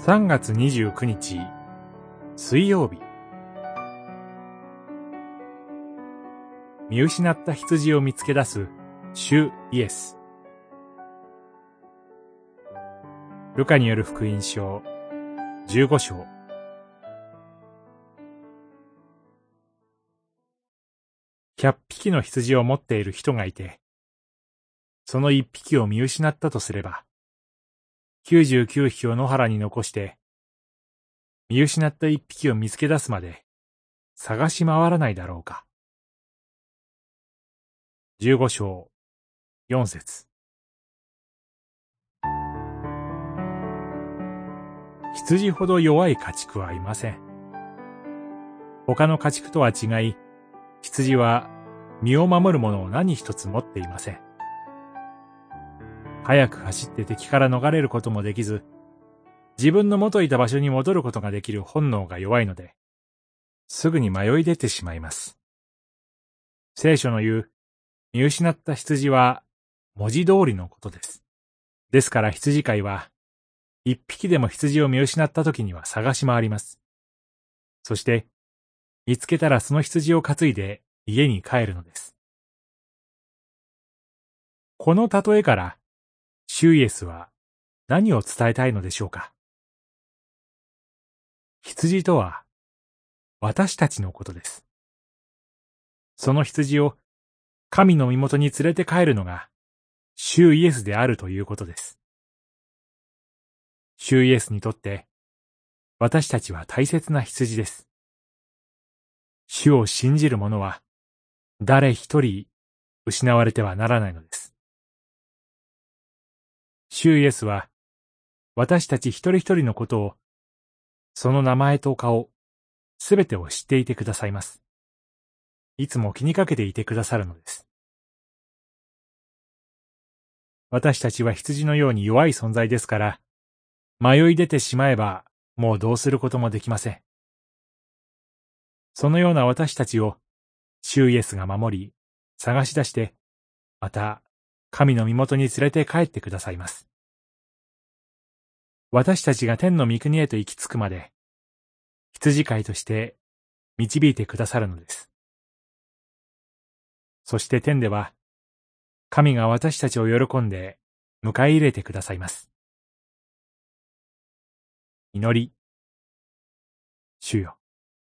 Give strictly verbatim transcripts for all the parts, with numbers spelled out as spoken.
さんがつにじゅうくにち水曜日。見失った羊を見つけ出す主イエス。ルカによる福音書じゅうごしょう。百匹の羊を持っている人がいて、その一匹を見失ったとすれば、九十九匹を野原に残して、見失った一匹を見つけ出すまで探し回らないだろうか。じゅうごしょう、よんせつ。羊ほど弱い家畜はいません。他の家畜とは違い、羊は身を守るものを何一つ持っていません。早く走って敵から逃れることもできず、自分の元いた場所に戻ることができる本能が弱いので、すぐに迷い出てしまいます。聖書の言う、見失った羊は文字通りのことです。ですから羊飼いは、一匹でも羊を見失った時には探し回ります。そして、見つけたらその羊を担いで家に帰るのです。この例えから、主イエスは何を伝えたいのでしょうか。羊とは私たちのことです。その羊を神の身元に連れて帰るのが主イエスであるということです。主イエスにとって私たちは大切な羊です。主を信じる者は誰一人失われてはならないのです。主イエスは私たち一人一人のことを、その名前と顔、すべてを知っていてくださいます。いつも気にかけていてくださるのです。私たちは羊のように弱い存在ですから、迷い出てしまえばもうどうすることもできません。そのような私たちを、主イエスが守り、探し出して、また神の身元に連れて帰ってくださいます。私たちが天の御国へと行き着くまで、羊飼いとして導いてくださるのです。そして天では、神が私たちを喜んで迎え入れてくださいます。祈り。主よ。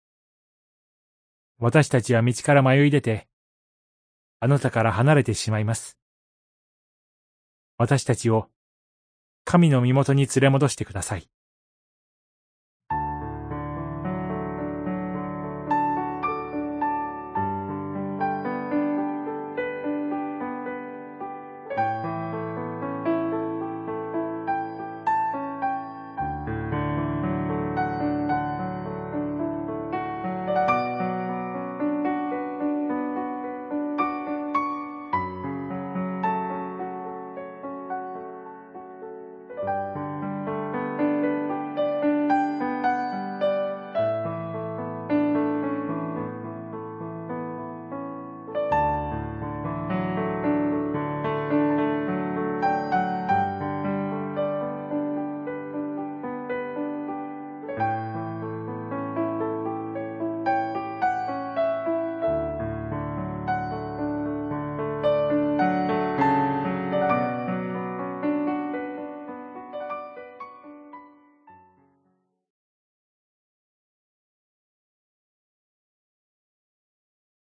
私たちは道から迷い出て、あなたから離れてしまいます。私たちを神の身元に連れ戻してください。